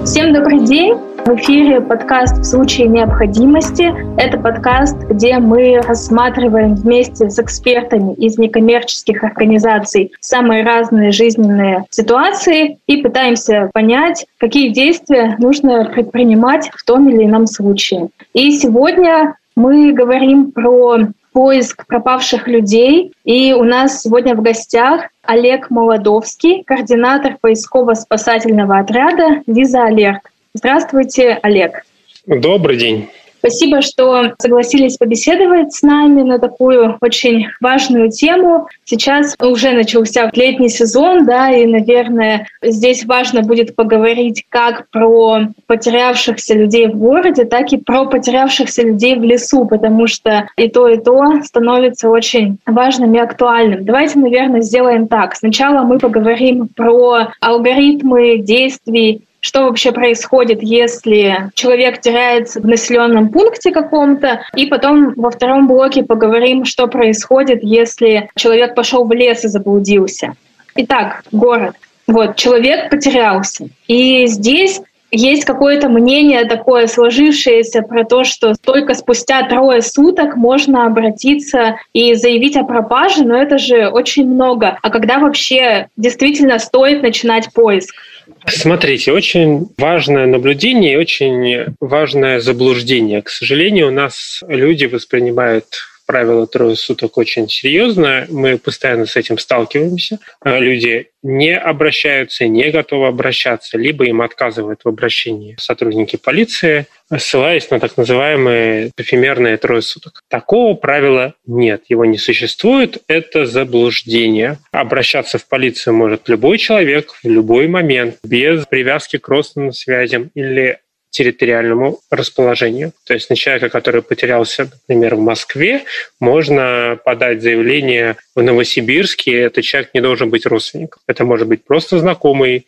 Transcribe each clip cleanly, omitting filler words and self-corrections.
Всем добрый день! В эфире подкаст «В случае необходимости». Это подкаст, где мы рассматриваем вместе с экспертами из некоммерческих организаций самые разные жизненные ситуации и пытаемся понять, какие действия нужно предпринимать в том или ином случае. И сегодня мы говорим про поиск пропавших людей. И у нас сегодня в гостях Олег Молодовский, координатор поисково-спасательного отряда «Виза Алерт». Здравствуйте, Олег. Добрый день. Спасибо, что согласились побеседовать с нами на такую очень важную тему. Сейчас уже начался летний сезон, и, наверное, здесь важно будет поговорить как про потерявшихся людей в городе, так и про потерявшихся людей в лесу, потому что и то становится очень важным и актуальным. Давайте, наверное, сделаем так. Сначала мы поговорим про алгоритмы действий, что вообще происходит, если человек теряется в населенном пункте каком-то, и потом во втором блоке поговорим, что происходит, если человек пошел в лес и заблудился. Итак, город. Человек потерялся. И здесь есть какое-то мнение такое сложившееся про то, что только спустя 3 суток можно обратиться и заявить о пропаже, но это же очень много. А когда вообще действительно стоит начинать поиск? Смотрите, очень важное наблюдение и очень важное заблуждение. К сожалению, у нас люди воспринимают правило 3 суток очень серьезно. Мы постоянно с этим сталкиваемся. Люди не обращаются, не готовы обращаться, либо им отказывают в обращении сотрудники полиции, ссылаясь на так называемые эфемерные 3 суток. Такого правила нет, его не существует, это заблуждение. Обращаться в полицию может любой человек в любой момент, без привязки к родственным связям или территориальному расположению. То есть на человека, который потерялся, например, в Москве, можно подать заявление в Новосибирске, этот человек не должен быть родственником. Это может быть просто знакомый,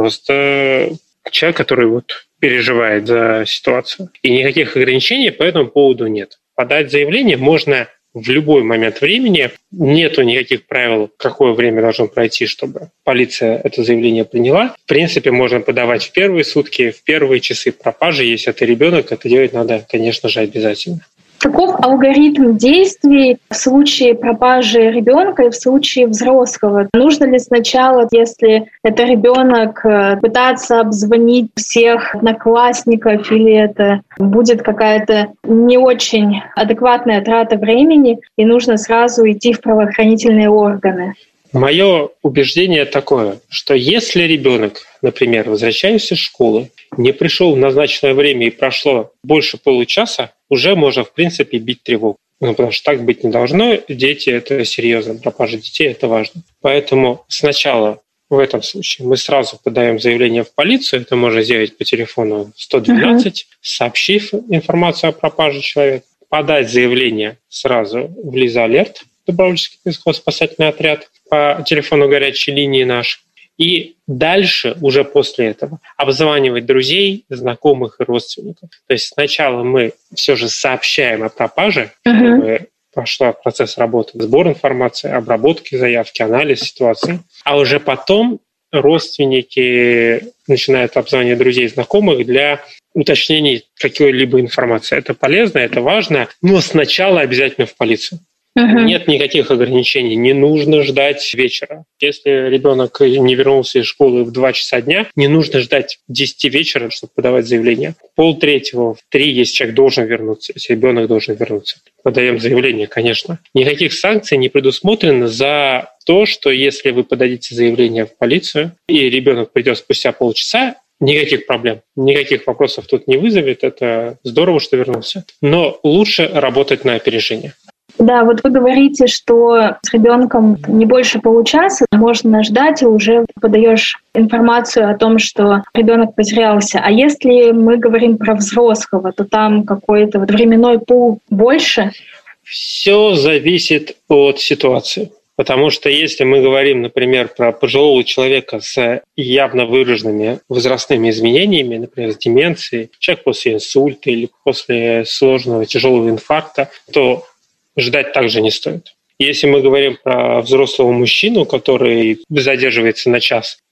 просто человек, который переживает за ситуацию. И никаких ограничений по этому поводу нет. Подать заявление можно в любой момент времени. Нету никаких правил, какое время должно пройти, чтобы полиция это заявление приняла. В принципе, можно подавать в первые сутки, в первые часы пропажи. Если это ребенок, это делать надо, конечно же, обязательно. Каков алгоритм действий в случае пропажи ребенка и в случае взрослого? Нужно ли сначала, если это ребенок, пытаться обзвонить всех одноклассников, или это будет какая-то не очень адекватная трата времени, и нужно сразу идти в правоохранительные органы? Мое убеждение такое, что если ребенок, например, возвращаясь из школы, не пришел в назначенное время и прошло больше получаса, уже можно, в принципе, бить тревогу. Потому что так быть не должно. Дети — это серьезно. Пропажа детей — это важно. Поэтому сначала в этом случае мы сразу подаем заявление в полицию. Это можно сделать по телефону 112, сообщив информацию о пропаже человека. Подать заявление сразу в Виза Алерт, добровольческий поисково-спасательный отряд, по телефону горячей линии нашей. И дальше, уже после этого, обзванивать друзей, знакомых и родственников. То есть сначала мы все же сообщаем о пропаже, чтобы пошел процесс работы, сбор информации, обработки заявки, анализ ситуации. А уже потом родственники начинают обзванивать друзей и знакомых для уточнения какой-либо информации. Это полезно, это важно, но сначала обязательно в полицию. Нет никаких ограничений, не нужно ждать вечера. Если ребенок не вернулся из школы в 2 часа дня, не нужно ждать 10 вечера, чтобы подавать заявление. 2:30, в 3, если человек должен вернуться, если ребенок должен вернуться. Подаем заявление, конечно. Никаких санкций не предусмотрено за то, что если вы подадите заявление в полицию, и ребенок придет спустя полчаса, никаких проблем, никаких вопросов тут не вызовет. Это здорово, что вернулся. Но лучше работать на опережение. Да, вы говорите, что с ребенком не больше получаса можно ждать, и уже подаешь информацию о том, что ребенок потерялся. А если мы говорим про взрослого, то там какой-то временной пул больше? Все зависит от ситуации. Потому что если мы говорим, например, про пожилого человека с явно выраженными возрастными изменениями, например, с деменцией, человек после инсульта или после сложного тяжелого инфаркта, то ждать также не стоит. Если мы говорим про взрослого мужчину, который задерживается на час,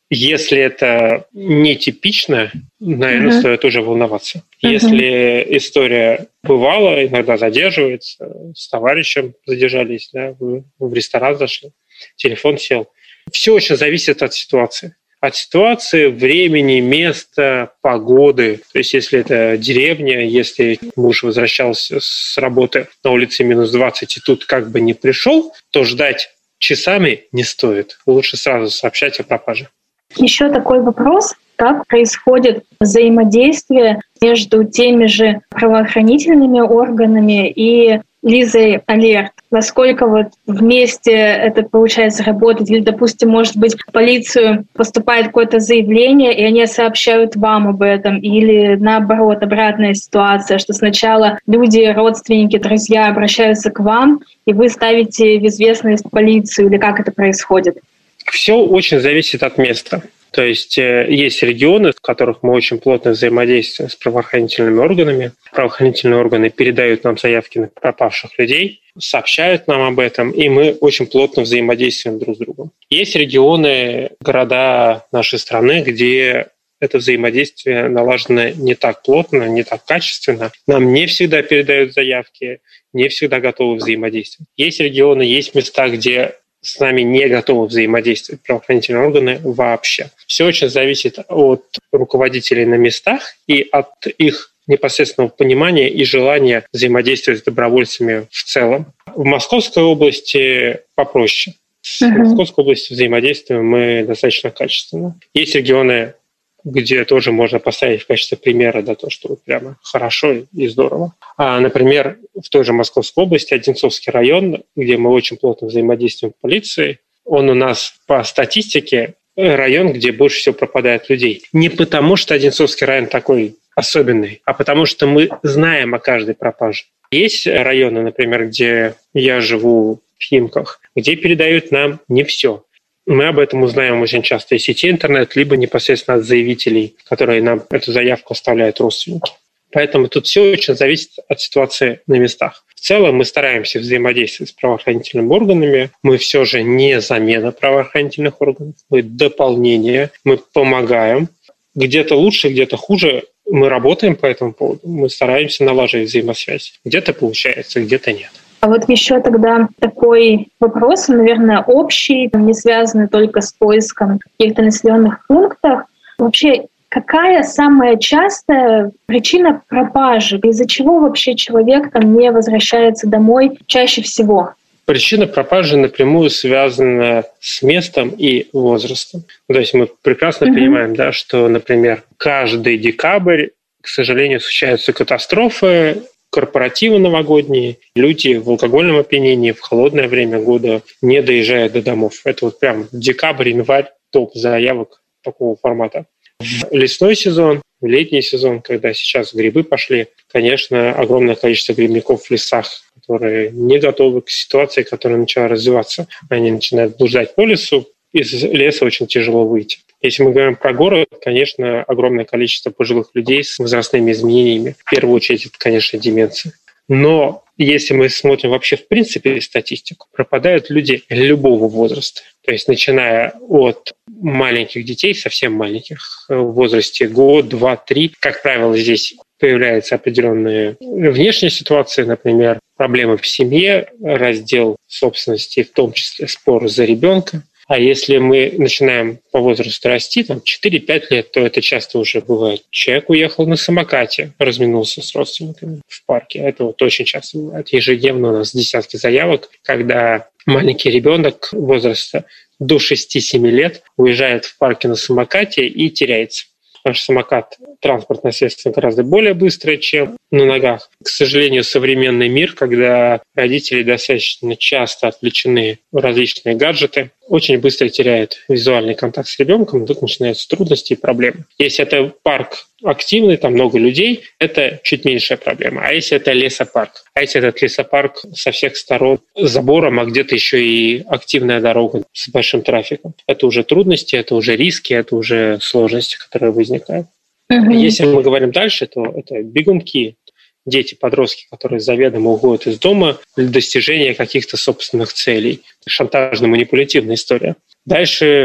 Если это нетипично, наверное, стоит уже волноваться. Если история бывала, иногда задерживается, с товарищем задержались, да, в ресторан зашли, телефон сел. Все очень зависит от ситуации. От ситуации, времени, места, погоды. То есть если это деревня, если муж возвращался с работы на улице -20 и тут как бы не пришел, то ждать часами не стоит. Лучше сразу сообщать о пропаже. Еще такой вопрос. Как происходит взаимодействие между теми же правоохранительными органами и Лизой Алерт? Насколько вот вместе это получается работать? Или, допустим, может быть, в полицию поступает какое-то заявление, и они сообщают вам об этом? Или наоборот, обратная ситуация, что сначала люди, родственники, друзья обращаются к вам, и вы ставите в известность полицию? Или как это происходит? Все очень зависит от места. То есть есть регионы, в которых мы очень плотно взаимодействуем с правоохранительными органами. Правоохранительные органы передают нам заявки на пропавших людей, сообщают нам об этом, и мы очень плотно взаимодействуем друг с другом. Есть регионы, города нашей страны, где это взаимодействие налажено не так плотно, не так качественно. Нам не всегда передают заявки, не всегда готовы взаимодействовать. Есть регионы, есть места, где с нами не готовы взаимодействовать правоохранительные органы вообще. Все очень зависит от руководителей на местах и от их непосредственного понимания и желания взаимодействовать с добровольцами в целом. В Московской области попроще. В Московской области взаимодействуем мы достаточно качественно. Есть регионы, где тоже можно поставить в качестве примера, да, то, что прямо хорошо и здорово. Например, в той же Московской области Одинцовский район, где мы очень плотно взаимодействуем с полицией, он у нас по статистике район, где больше всего пропадает людей. Не потому, что Одинцовский район такой особенный, а потому что мы знаем о каждой пропаже. Есть районы, например, где я живу в Химках, где передают нам не все. Мы об этом узнаем очень часто из сети интернет, либо непосредственно от заявителей, которые нам эту заявку оставляют родственники. Поэтому тут все очень зависит от ситуации на местах. В целом мы стараемся взаимодействовать с правоохранительными органами. Мы все же не замена правоохранительных органов, мы дополнение, мы помогаем. Где-то лучше, где-то хуже. Мы работаем по этому поводу, мы стараемся налаживать взаимосвязь. Где-то получается, где-то нет. А вот еще тогда такой вопрос, наверное, общий, не связанный только с поиском каких-то населенных пунктов. Вообще, какая самая частая причина пропажи? Из-за чего вообще человек там не возвращается домой чаще всего? Причина пропажи напрямую связана с местом и возрастом. То есть мы прекрасно понимаем, да, что, например, каждый декабрь, к сожалению, случаются катастрофы, корпоративы новогодние, люди в алкогольном опьянении в холодное время года не доезжают до домов. Это вот прям декабрь, январь, топ заявок такого формата. В лесной сезон, в летний сезон, когда сейчас грибы пошли, конечно, огромное количество грибников в лесах, которые не готовы к ситуации, которая начала развиваться. Они начинают блуждать по лесу, из леса очень тяжело выйти. Если мы говорим про город, конечно, огромное количество пожилых людей с возрастными изменениями. В первую очередь, это, конечно, деменция. Но если мы смотрим вообще в принципе статистику, пропадают люди любого возраста. То есть начиная от маленьких детей, совсем маленьких, в возрасте год, 2, 3. Как правило, здесь появляются определенные внешние ситуации, например, проблемы в семье, раздел собственности, в том числе спор за ребенка. А если мы начинаем по возрасту расти, там 4-5 лет, то это часто уже бывает. Человек уехал на самокате, разминулся с родственниками в парке. Это вот очень часто бывает. Ежедневно у нас десятки заявок, когда маленький ребенок возраста до 6-7 лет уезжает в парке на самокате и теряется. Потому что самокат – транспортное средство гораздо более быстрое, чем на ногах. К сожалению, современный мир, когда родители достаточно часто отвлечены в различные гаджеты, очень быстро теряют визуальный контакт с ребенком, и тут начинаются трудности и проблемы. Если это парк активный, там много людей, это чуть меньшая проблема. А если это лесопарк? А если этот лесопарк со всех сторон с забором, а где-то еще и активная дорога с большим трафиком? Это уже трудности, это уже риски, это уже сложности, которые возникают. Если мы говорим дальше, то это бегунки, дети, подростки, которые заведомо уходят из дома для достижения каких-то собственных целей. Шантажно-манипулятивная история. Дальше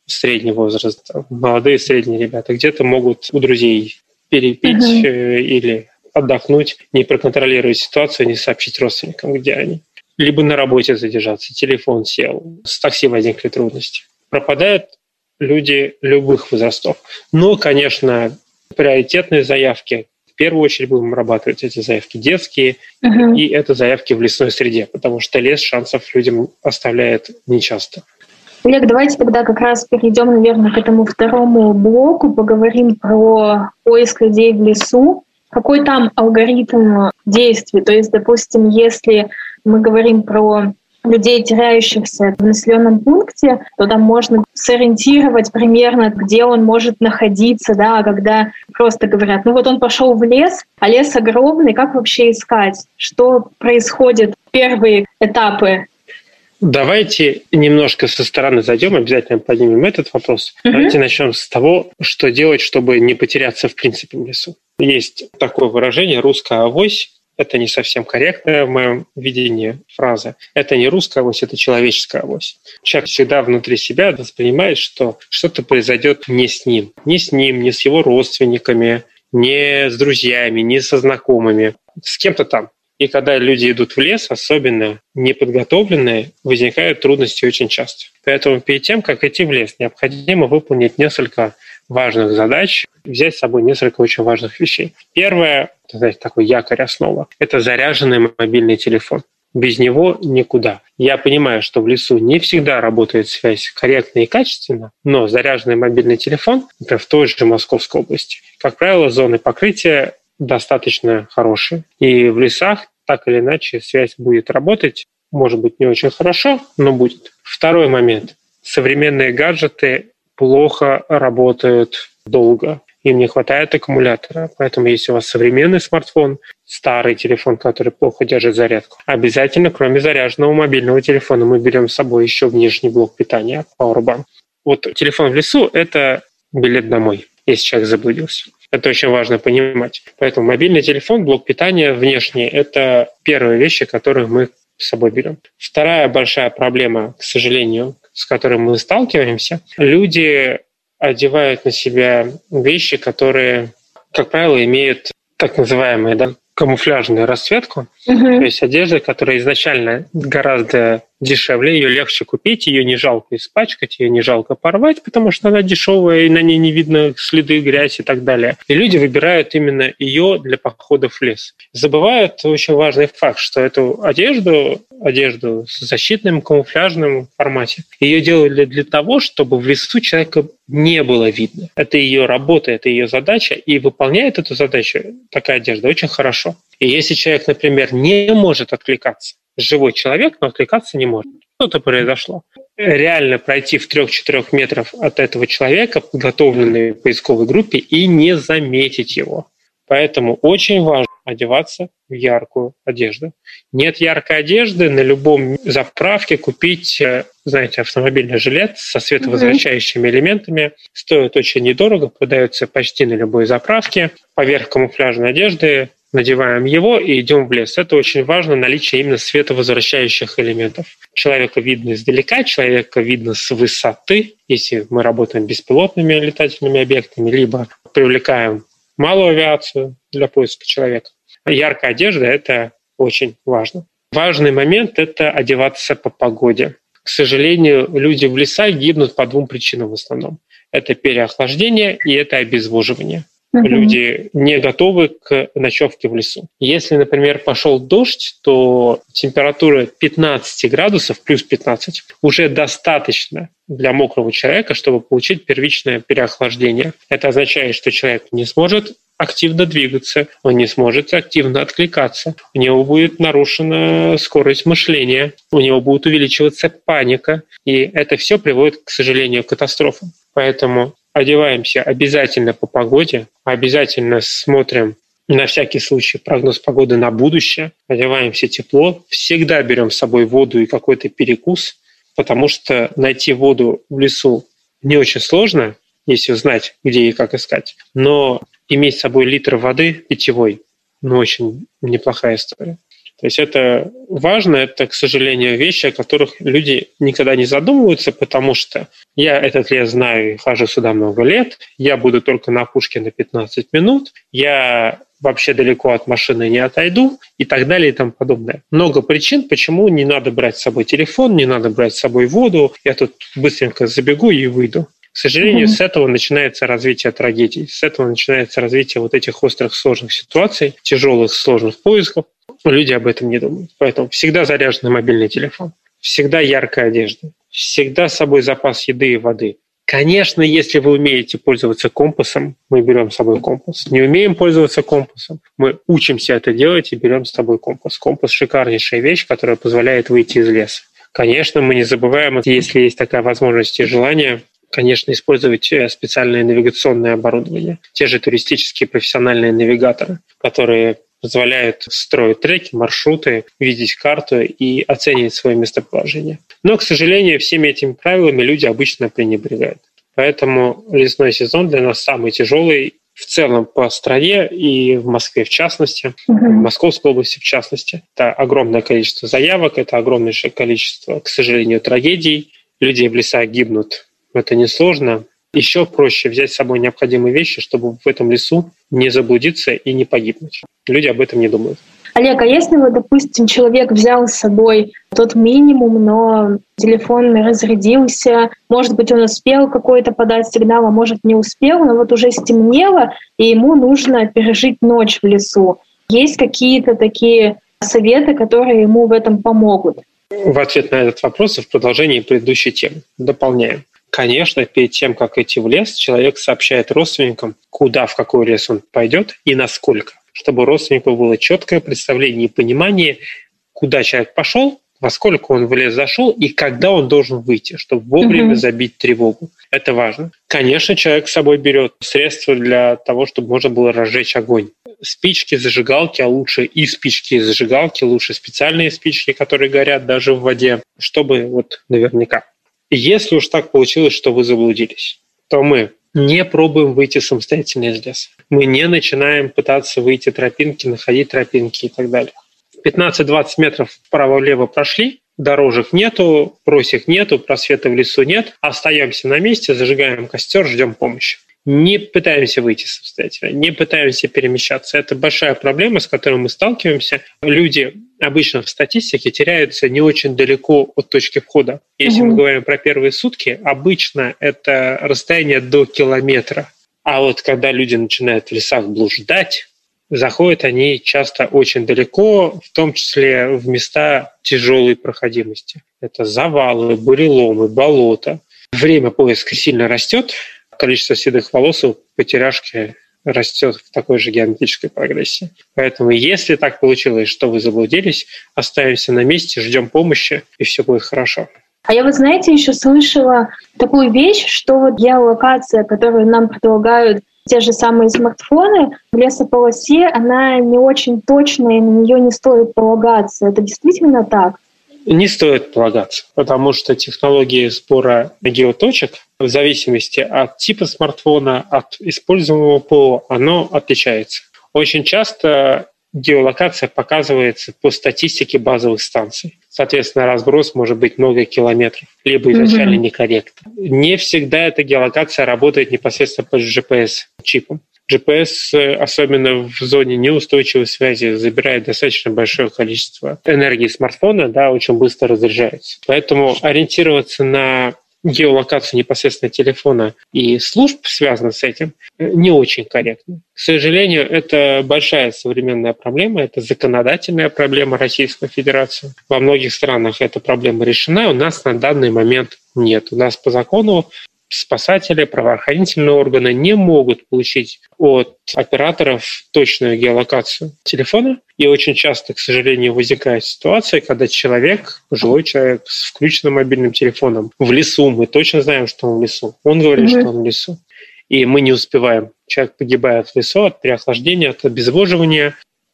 средний возраст, молодые средние ребята, где-то могут у друзей перепить или отдохнуть, не проконтролировать ситуацию, не сообщить родственникам, где они. Либо на работе задержаться, телефон сел, с такси возникли трудности. Пропадают люди любых возрастов. Но, конечно, приоритетные заявки, в первую очередь будем обрабатывать эти заявки детские, и это заявки в лесной среде, потому что лес шансов людям оставляет нечасто. Олег, давайте тогда как раз перейдем, наверное, к этому второму блоку, поговорим про поиск людей в лесу. Какой там алгоритм действий? То есть, допустим, если мы говорим про людей, теряющихся в населенном пункте, то там можно сориентировать примерно, где он может находиться, да, когда просто говорят, ну вот он пошел в лес, а лес огромный, как вообще искать? Что происходит в первые этапы? Давайте немножко со стороны зайдем, обязательно поднимем этот вопрос. Давайте начнем с того, что делать, чтобы не потеряться в принципе в лесу. Есть такое выражение «русская авось». Это не совсем корректная в моем видении фраза. Это не русская авось, это человеческая авось. Человек всегда внутри себя воспринимает, что что-то произойдет не с ним. Не с ним, не с его родственниками, не с друзьями, не со знакомыми. С кем-то там. И когда люди идут в лес, особенно неподготовленные, возникают трудности очень часто. Поэтому перед тем, как идти в лес, необходимо выполнить несколько важных задач, взять с собой несколько очень важных вещей. Первое, знаете, такой якорь, основа, это заряженный мобильный телефон. Без него никуда. Я понимаю, что в лесу не всегда работает связь корректно и качественно, но заряженный мобильный телефон, например, в той же Московской области, как правило, зоны покрытия достаточно хорошие. И в лесах так или иначе связь будет работать, может быть, не очень хорошо, но будет. Второй момент. Современные гаджеты плохо работают долго. Им не хватает аккумулятора. Поэтому если у вас современный смартфон, старый телефон, который плохо держит зарядку, обязательно, кроме заряженного мобильного телефона, мы берем с собой еще внешний блок питания, Powerbank. Вот телефон в лесу – это билет домой, если человек заблудился. Это очень важно понимать. Поэтому мобильный телефон, блок питания внешний – это первые вещи, которые мы с собой берем. Вторая большая проблема, к сожалению, с которой мы сталкиваемся, люди одевают на себя вещи, которые, как правило, имеют так называемую камуфляжную расцветку. То есть одежда, которая изначально гораздо дешевле, ее легче купить, ее не жалко испачкать, ее не жалко порвать, потому что она дешевая, и на ней не видно следы, грязь и так далее. И люди выбирают именно ее для походов в лес. Забывают очень важный факт, что эту одежду с защитным камуфляжным формате, ее делали для того, чтобы в лесу человека не было видно. Это ее работа, это ее задача, и выполняет эту задачу такая одежда очень хорошо. И если человек, например, не может откликаться, живой человек, но откликаться не может. Что-то произошло. Реально пройти в 3-4 метров от этого человека, подготовленной поисковой группе, и не заметить его. Поэтому очень важно одеваться в яркую одежду. Нет яркой одежды, на любом заправке купить, знаете, автомобильный жилет со световозвращающими элементами стоит очень недорого, продается почти на любой заправке. Поверх камуфляжной одежды надеваем его и идем в лес. Это очень важно, наличие именно световозвращающих элементов. Человека видно издалека, человека видно с высоты, если мы работаем беспилотными летательными объектами, либо привлекаем малую авиацию для поиска человека. Яркая одежда – это очень важно. Важный момент – это одеваться по погоде. К сожалению, люди в лесах гибнут по 2 причинам в основном. Это переохлаждение и это обезвоживание. Люди не готовы к ночевке в лесу. Если, например, пошел дождь, то температура 15 градусов, плюс 15, уже достаточно для мокрого человека, чтобы получить первичное переохлаждение. Это означает, что человек не сможет активно двигаться, он не сможет активно откликаться, у него будет нарушена скорость мышления, у него будет увеличиваться паника, и это все приводит, к сожалению, к катастрофам. Поэтому одеваемся обязательно по погоде, обязательно смотрим на всякий случай прогноз погоды на будущее, одеваемся тепло, всегда берем с собой воду и какой-то перекус, потому что найти воду в лесу не очень сложно, если знать, где и как искать, но иметь с собой литр воды питьевой, очень неплохая история. То есть это важно, это, к сожалению, вещи, о которых люди никогда не задумываются, потому что я этот лес знаю и хожу сюда много лет, я буду только на опушке на 15 минут, я вообще далеко от машины не отойду и так далее и тому подобное. Много причин, почему не надо брать с собой телефон, не надо брать с собой воду, я тут быстренько забегу и выйду. К сожалению, с этого начинается развитие трагедий, с этого начинается развитие вот этих острых, сложных ситуаций, тяжелых, сложных поисков. Люди об этом не думают. Поэтому всегда заряженный мобильный телефон, всегда яркая одежда, всегда с собой запас еды и воды. Конечно, если вы умеете пользоваться компасом, мы берем с собой компас. Не умеем пользоваться компасом, мы учимся это делать и берем с собой компас. Компас – шикарнейшая вещь, которая позволяет выйти из леса. Конечно, мы не забываем, если есть такая возможность и желание, конечно, использовать специальное навигационное оборудование. Те же туристические профессиональные навигаторы, которые позволяют строить треки, маршруты, видеть карту и оценивать свое местоположение. Но, к сожалению, всеми этими правилами люди обычно пренебрегают. Поэтому лесной сезон для нас самый тяжелый в целом по стране и в Москве в частности, в Московской области в частности. Это огромное количество заявок, это огромнейшее количество, к сожалению, трагедий. Люди в лесах гибнут. Это несложно. Еще проще взять с собой необходимые вещи, чтобы в этом лесу не заблудиться и не погибнуть. Люди об этом не думают. Олег, а если вот, допустим, человек взял с собой тот минимум, но телефон разрядился, может быть, он успел какой-то подать сигнал, а может, не успел, но вот уже стемнело, и ему нужно пережить ночь в лесу. Есть какие-то такие советы, которые ему в этом помогут? В ответ на этот вопрос и в продолжении предыдущей темы дополняем. Конечно, перед тем, как идти в лес, человек сообщает родственникам, куда, в какой лес он пойдет и насколько, чтобы у родственников было четкое представление и понимание, куда человек пошел, во сколько он в лес зашел и когда он должен выйти, чтобы вовремя забить тревогу. Это важно. Конечно, человек с собой берет средства для того, чтобы можно было разжечь огонь. Спички, зажигалки, а лучше и спички, и зажигалки, лучше специальные спички, которые горят даже в воде, чтобы вот наверняка. Если уж так получилось, что вы заблудились, то мы не пробуем выйти самостоятельно из леса. Мы не начинаем пытаться выйти тропинки, находить тропинки и так далее. 15-20 метров вправо-влево прошли, дорожек нету, просек нету, просвета в лесу нет, остаемся на месте, зажигаем костер, ждем помощи. Не пытаемся выйти самостоятельно, не пытаемся перемещаться. Это большая проблема, с которой мы сталкиваемся. Люди обычно в статистике теряются не очень далеко от точки входа. Если мы говорим про первые сутки, обычно это расстояние до километра. А вот когда люди начинают в лесах блуждать, заходят они часто очень далеко, в том числе в места тяжелой проходимости. Это завалы, буреломы, болота. Время поиска сильно растет. Количество седых волос у потеряшки растет в такой же геометрической прогрессии. Поэтому, если так получилось, что вы заблудились, оставимся на месте, ждем помощи, и все будет хорошо. А я, вы знаете, еще слышала такую вещь, что вот геолокация, которую нам предлагают те же самые смартфоны, в лесополосе, она не очень точная, и на нее не стоит полагаться. Это действительно так? Не стоит полагаться, потому что технологии сбора геоточек в зависимости от типа смартфона, от используемого ПО, оно отличается. Очень часто геолокация показывается по статистике базовых станций. Соответственно, разброс может быть много километров, либо изначально некорректно. Не всегда эта геолокация работает непосредственно по GPS-чипам. GPS, особенно в зоне неустойчивой связи, забирает достаточно большое количество энергии смартфона, да, очень быстро разряжается. Поэтому ориентироваться на геолокацию непосредственно телефона и служб, связанных с этим, не очень корректно. К сожалению, это большая современная проблема, это законодательная проблема Российской Федерации. Во многих странах эта проблема решена, у нас на данный момент нет. У нас по закону спасатели, правоохранительные органы не могут получить от операторов точную геолокацию телефона. И очень часто, к сожалению, возникает ситуация, когда человек, пожилой человек с включенным мобильным телефоном в лесу, мы точно знаем, что он в лесу. Он говорит, что он в лесу. И мы не успеваем. Человек погибает в лесу от переохлаждения, от обезвоживания.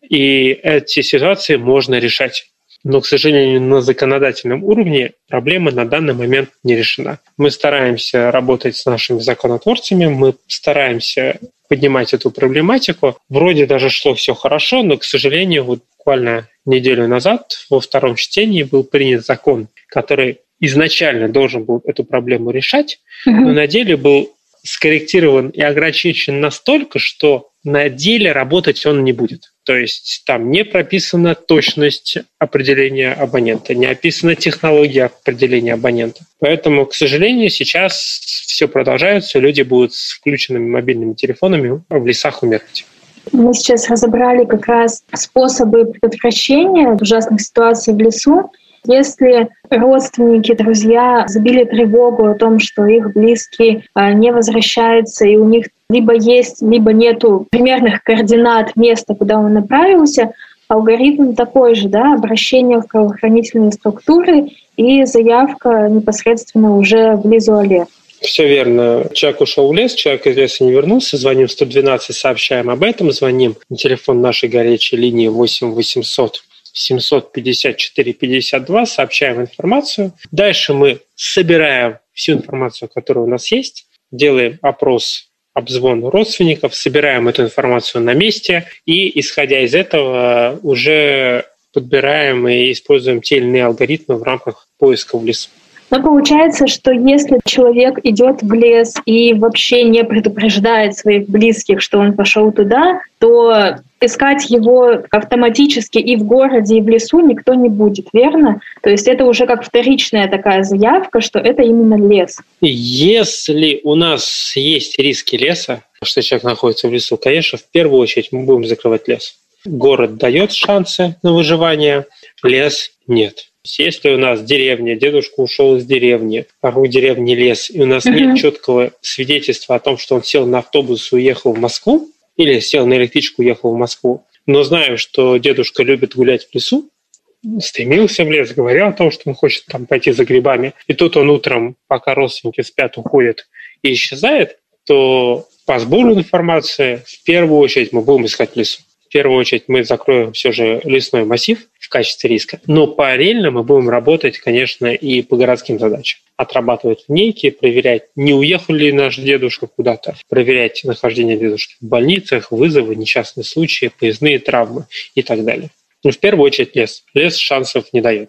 И эти ситуации можно решать. Но, к сожалению, на законодательном уровне проблема на данный момент не решена. Мы стараемся работать с нашими законотворцами, мы стараемся поднимать эту проблематику. Вроде даже шло все хорошо, но, к сожалению, вот буквально неделю назад во втором чтении был принят закон, который изначально должен был эту проблему решать, но на деле был скорректирован и ограничен настолько, что на деле работать он не будет. То есть там не прописана точность определения абонента, не описана технология определения абонента. Поэтому, к сожалению, сейчас все продолжается, люди будут с включенными мобильными телефонами в лесах умирать. Мы сейчас разобрали как раз способы предотвращения ужасных ситуаций в лесу. Если родственники, друзья забили тревогу о том, что их близкий не возвращается, и у них либо есть, либо нету примерных координат места, куда он направился, алгоритм такой же, да, обращение в правоохранительные структуры и заявка непосредственно уже в Лизу-Алерт. Все верно. Человек ушел в лес, человек из леса не вернулся, звоним в 112, сообщаем об этом, звоним на телефон нашей горячей линии 8 800 754 52, сообщаем информацию. Дальше мы собираем всю информацию, которая у нас есть, делаем опрос, обзвон родственников, собираем эту информацию на месте и, исходя из этого, уже подбираем и используем те или иные алгоритмы в рамках поиска в лесу. Но получается, что если человек идет в лес и вообще не предупреждает своих близких, что он пошел туда, то искать его автоматически и в городе, и в лесу никто не будет, верно? То есть это уже как вторичная такая заявка, что это именно лес. Если у нас есть риски леса, что человек находится в лесу, конечно, в первую очередь мы будем закрывать лес. Город дает шансы на выживание, лес нет. Если у нас деревня, дедушка ушел из деревни, вокруг деревни лес, и у нас нет четкого свидетельства о том, что он сел на автобус и уехал в Москву, или сел на электричку и уехал в Москву, но знаем, что дедушка любит гулять в лесу, стремился в лес, говорил о том, что он хочет там пойти за грибами, и тут он утром, пока родственники спят, уходит и исчезает, то по сбору информации в первую очередь мы будем искать в лесу. В первую очередь мы закроем все же лесной массив в качестве риска, но параллельно мы будем работать, конечно, и по городским задачам. Отрабатывать линейки, проверять, не уехал ли наш дедушка куда-то, проверять нахождение дедушки в больницах, вызовы, несчастные случаи, поездные травмы и так далее. Но в первую очередь лес. Лес шансов не дает.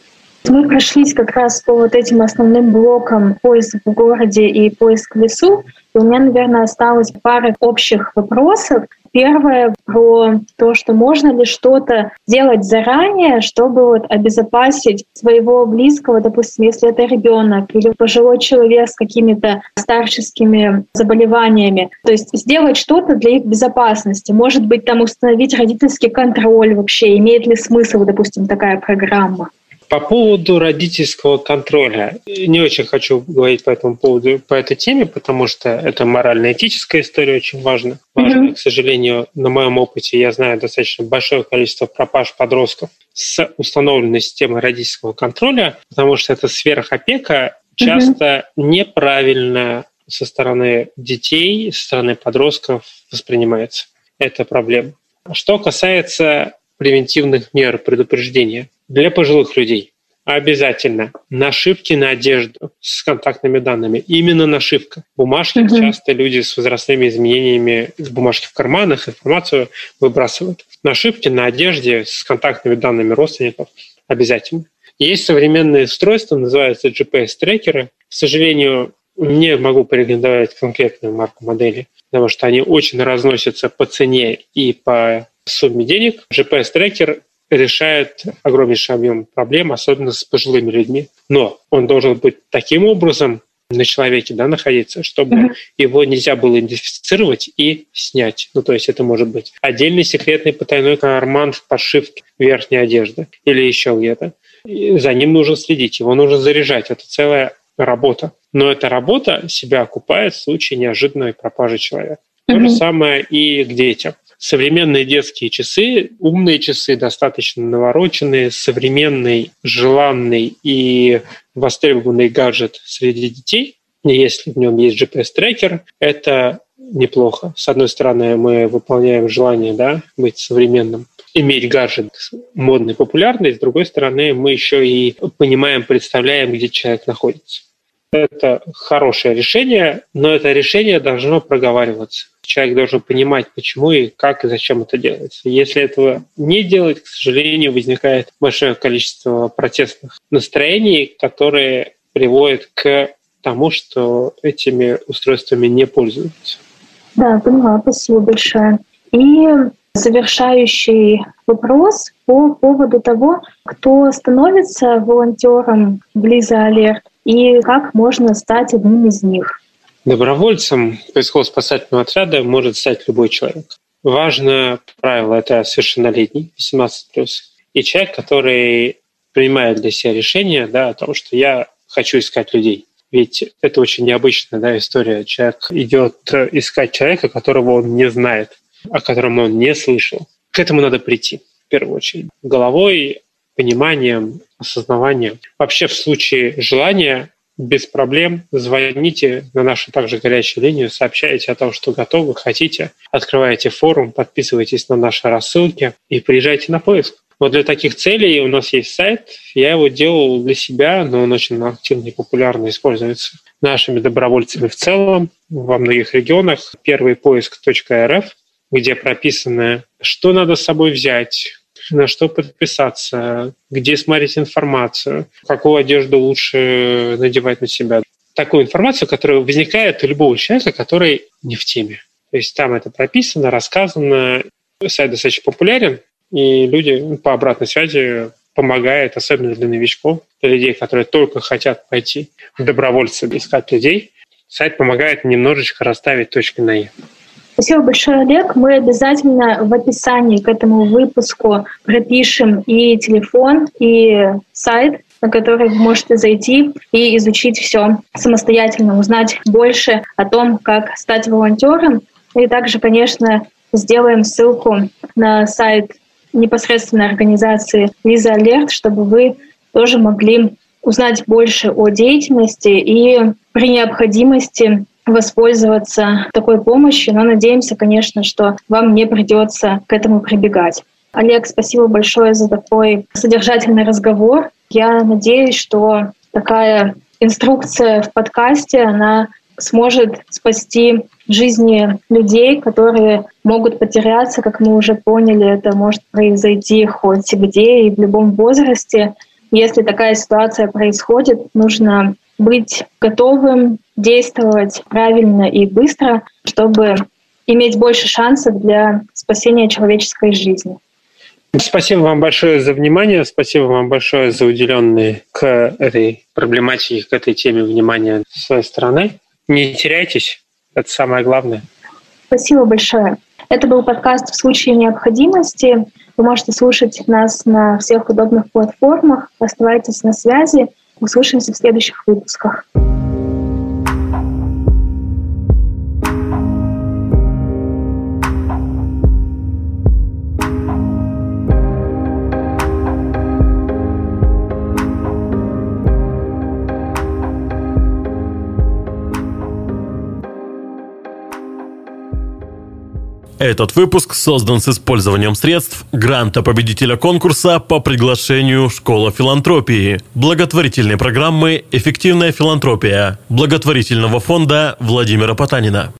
Мы прошлись как раз по вот этим основным блокам: поиск в городе и поиск в лесу. И у меня, наверное, осталось пара общих вопросов. Первое про то, что можно ли что-то делать заранее, чтобы вот обезопасить своего близкого, допустим, если это ребенок или пожилой человек с какими-то старческими заболеваниями. То есть сделать что-то для их безопасности. Может быть, там установить родительский контроль вообще. Имеет ли смысл, допустим, такая программа? По поводу родительского контроля. Не очень хочу говорить по этому поводу, по этой теме, потому что это морально-этическая история, очень важна. К сожалению, на моем опыте я знаю достаточно большое количество пропаж подростков с установленной системой родительского контроля, потому что эта сверхопека часто неправильно со стороны детей, со стороны подростков воспринимается. Это проблема. Что касается превентивных мер предупреждения, для пожилых людей обязательно нашивки на одежду с контактными данными. Именно нашивка. Бумажки часто люди с возрастными изменениями с бумажки в карманах информацию выбрасывают. Нашивки на одежде с контактными данными родственников обязательно. Есть современные устройства, называются GPS-трекеры. К сожалению, не могу порекомендовать конкретную марку модели, потому что они очень разносятся по цене и по сумме денег. GPS-трекер решает огромнейший объем проблем, особенно с пожилыми людьми. Но он должен быть таким образом на человеке находиться, чтобы его нельзя было идентифицировать и снять. То есть это может быть отдельный секретный потайной карман в подшивке верхней одежды или еще где-то. И за ним нужно следить, его нужно заряжать. Это целая работа. Но эта работа себя окупает в случае неожиданной пропажи человека. То же самое и к детям. Современные детские часы, умные часы, достаточно навороченные, современный, желанный и востребованный гаджет среди детей. И если в нем есть GPS-трекер, это неплохо. С одной стороны, мы выполняем желание быть современным, иметь гаджет модный, популярный. С другой стороны, мы еще и понимаем, представляем, где человек находится. Это хорошее решение, но это решение должно проговариваться. человек должен понимать, почему и как и зачем это делается. Если этого не делать, к сожалению, возникает большое количество протестных настроений, которые приводят к тому, что этими устройствами не пользуются. Да, поняла, спасибо большое. И завершающий вопрос по поводу того, кто становится волонтером в Лиза Алерт и как можно стать одним из них. Добровольцем поисково-спасательного отряда может стать любой человек. Важное правило — это совершеннолетний, 18+, и человек, который принимает для себя решение, о том, что я хочу искать людей. Ведь это очень необычная история. Человек идет искать человека, которого он не знает, о котором он не слышал. К этому надо прийти, в первую очередь. Головой, пониманием, осознаванием. Вообще, в случае желания, без проблем звоните на нашу также горячую линию, сообщайте о том, что готовы, хотите, открываете форум, подписывайтесь на наши рассылки и приезжайте на поиск. Вот для таких целей у нас есть сайт. Я его делал для себя, но он очень активно и популярно используется нашими добровольцами в целом во многих регионах. Первый поиск.рф, где прописано, что надо с собой взять, на что подписаться, где смотреть информацию, какую одежду лучше надевать на себя. Такую информацию, которая возникает у любого человека, который не в теме. То есть там это прописано, рассказано. Сайт достаточно популярен, и люди по обратной связи помогают, особенно для новичков, для людей, которые только хотят пойти в добровольцы, искать людей. Сайт помогает немножечко расставить точки над «и». Спасибо большое, Олег. Мы обязательно в описании к этому выпуску пропишем и телефон, и сайт, на который вы можете зайти и изучить все самостоятельно, узнать больше о том, как стать волонтером. И также, конечно, сделаем ссылку на сайт непосредственно организации Лиза Алерт, чтобы вы тоже могли узнать больше о деятельности и при необходимости воспользоваться такой помощью, но надеемся, конечно, что вам не придется к этому прибегать. Олег, спасибо большое за такой содержательный разговор. Я надеюсь, что такая инструкция в подкасте, она сможет спасти жизни людей, которые могут потеряться, как мы уже поняли, это может произойти хоть где и в любом возрасте. Если такая ситуация происходит, нужно быть готовым действовать правильно и быстро, чтобы иметь больше шансов для спасения человеческой жизни. Спасибо вам большое за внимание, спасибо вам большое за уделенное к этой проблематике, к этой теме внимание с своей стороны. Не теряйтесь, это самое главное. Спасибо большое. Это был подкаст «В случае необходимости». Вы можете слушать нас на всех удобных платформах. Оставайтесь на связи. Услышимся в следующих выпусках. Этот выпуск создан с использованием средств гранта победителя конкурса по приглашению «Школа филантропии», благотворительной программы «Эффективная филантропия» благотворительного фонда Владимира Потанина.